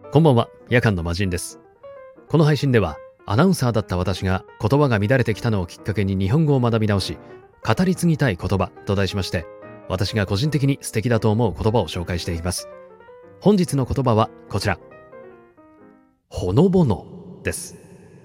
こんばんは、夜間の魔人です。この配信ではアナウンサーだった私が言葉が乱れてきたのをきっかけに日本語を学び直し、語り継ぎたい言葉と題しまして、私が個人的に素敵だと思う言葉を紹介していきます。本日の言葉はこちら、ほのぼのです。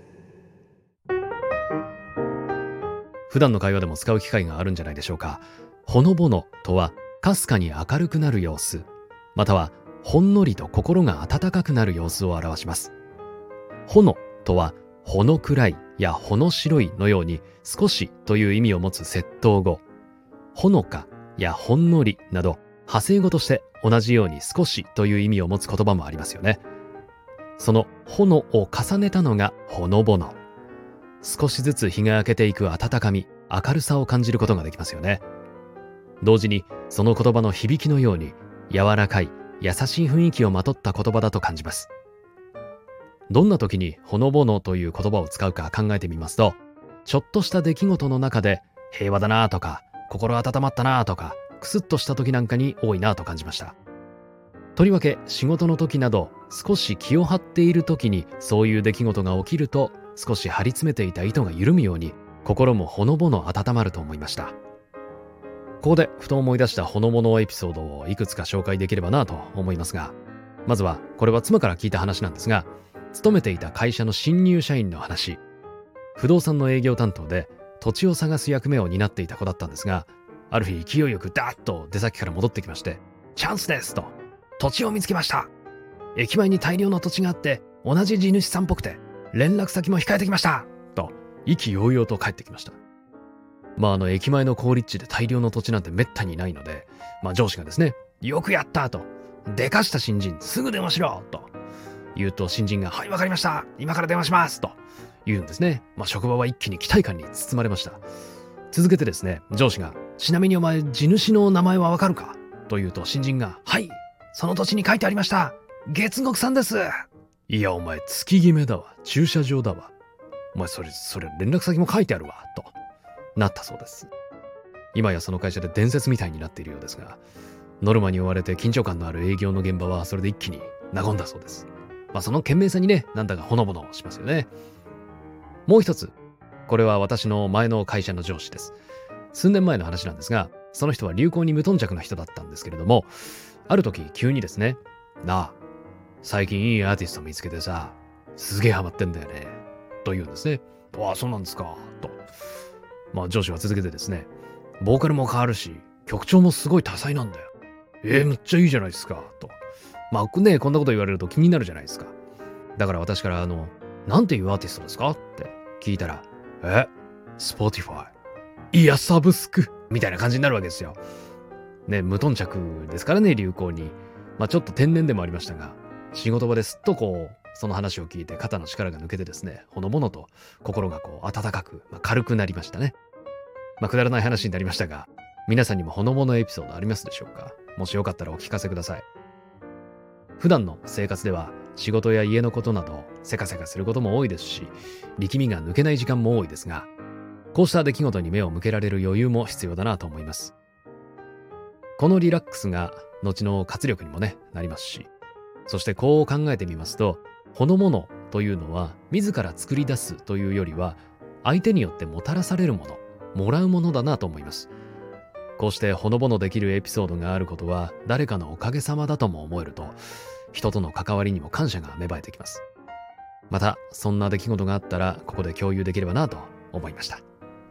普段の会話でも使う機会があるんじゃないでしょうか。ほのぼのとはかすかに明るくなる様子、またはほんのりと心が温かくなる様子を表します。ほのとはほの暗いやほの白いのように少しという意味を持つ接頭語、ほのかやほんのりなど派生語として同じように少しという意味を持つ言葉もありますよね。そのほのを重ねたのがほのぼの。少しずつ日が明けていく温かみ、明るさを感じることができますよね。同時にその言葉の響きのように柔らかい優しい雰囲気をまとった言葉だと感じます。どんな時にほのぼのという言葉を使うか考えてみますと、ちょっとした出来事の中で平和だなとか心温まったなとかクスッとした時なんかに多いなと感じました。とりわけ仕事の時など少し気を張っている時にそういう出来事が起きると、少し張り詰めていた糸が緩むように心もほのぼの温まると思いました。ここでふと思い出したほのぼのエピソードをいくつか紹介できればなと思いますが、まずはこれは妻から聞いた話なんですが、勤めていた会社の新入社員の話。不動産の営業担当で土地を探す役目を担っていた子だったんですが、ある日勢いよくダーッと出先から戻ってきまして、チャンスですと、土地を見つけました。駅前に大量の土地があって同じ地主さんっぽくて連絡先も控えてきましたと意気揚々と帰ってきました。駅前の好立地で大量の土地なんてめったにないので、上司がですね、よくやったと、でかした新人すぐ電話しろと言うと、新人がはいわかりました、今から電話しますと言うんですね。職場は一気に期待感に包まれました。続けてですね、上司がちなみにお前地主の名前はわかるかと言うと、新人がはいその土地に書いてありました、月獄さんです。いやお前月決めだわ、駐車場だわ、お前それ連絡先も書いてあるわとなったそうです。今やその会社で伝説みたいになっているようですが、ノルマに追われて緊張感のある営業の現場はそれで一気に和んだそうです。その懸命さにね、なんだかほのぼのしますよね。もう一つ、これは私の前の会社の上司です。数年前の話なんですが、その人は流行に無頓着な人だったんですけれども、ある時急にですね、なあ、最近いいアーティスト見つけてさ、すげえハマってんだよねと言うんですね。ああ、そうなんですかと。上司は続けてですね、ボーカルも変わるし曲調もすごい多彩なんだよ。めっちゃいいじゃないですかと。こんなこと言われると気になるじゃないですか。だから私からなんていうアーティストですかって聞いたら、Spotify、 いやサブスクみたいな感じになるわけですよね。無頓着ですからね、流行に。ちょっと天然でもありましたが、仕事場ですっとその話を聞いて肩の力が抜けてですね、ほのぼのと心が温かく、軽くなりましたね。くだらない話になりましたが、皆さんにもほのぼのエピソードありますでしょうか。もしよかったらお聞かせください。普段の生活では仕事や家のことなどせかせかすることも多いですし、力みが抜けない時間も多いですが、こうした出来事に目を向けられる余裕も必要だなと思います。このリラックスが後の活力にもね、なりますし、そしてこう考えてみますと、ほのぼのというのは自ら作り出すというよりは相手によってもたらされるもの、もらうものだなと思います。こうしてほのぼのできるエピソードがあることは誰かのおかげさまだとも思えると、人との関わりにも感謝が芽生えてきます。またそんな出来事があったらここで共有できればなと思いました。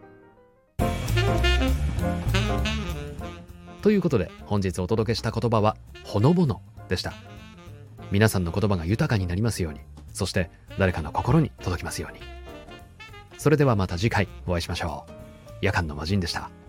ということで本日お届けした言葉はほのぼのでした。皆さんの言葉が豊かになりますように、そして誰かの心に届きますように。それではまた次回お会いしましょう。夜間の魔人でした。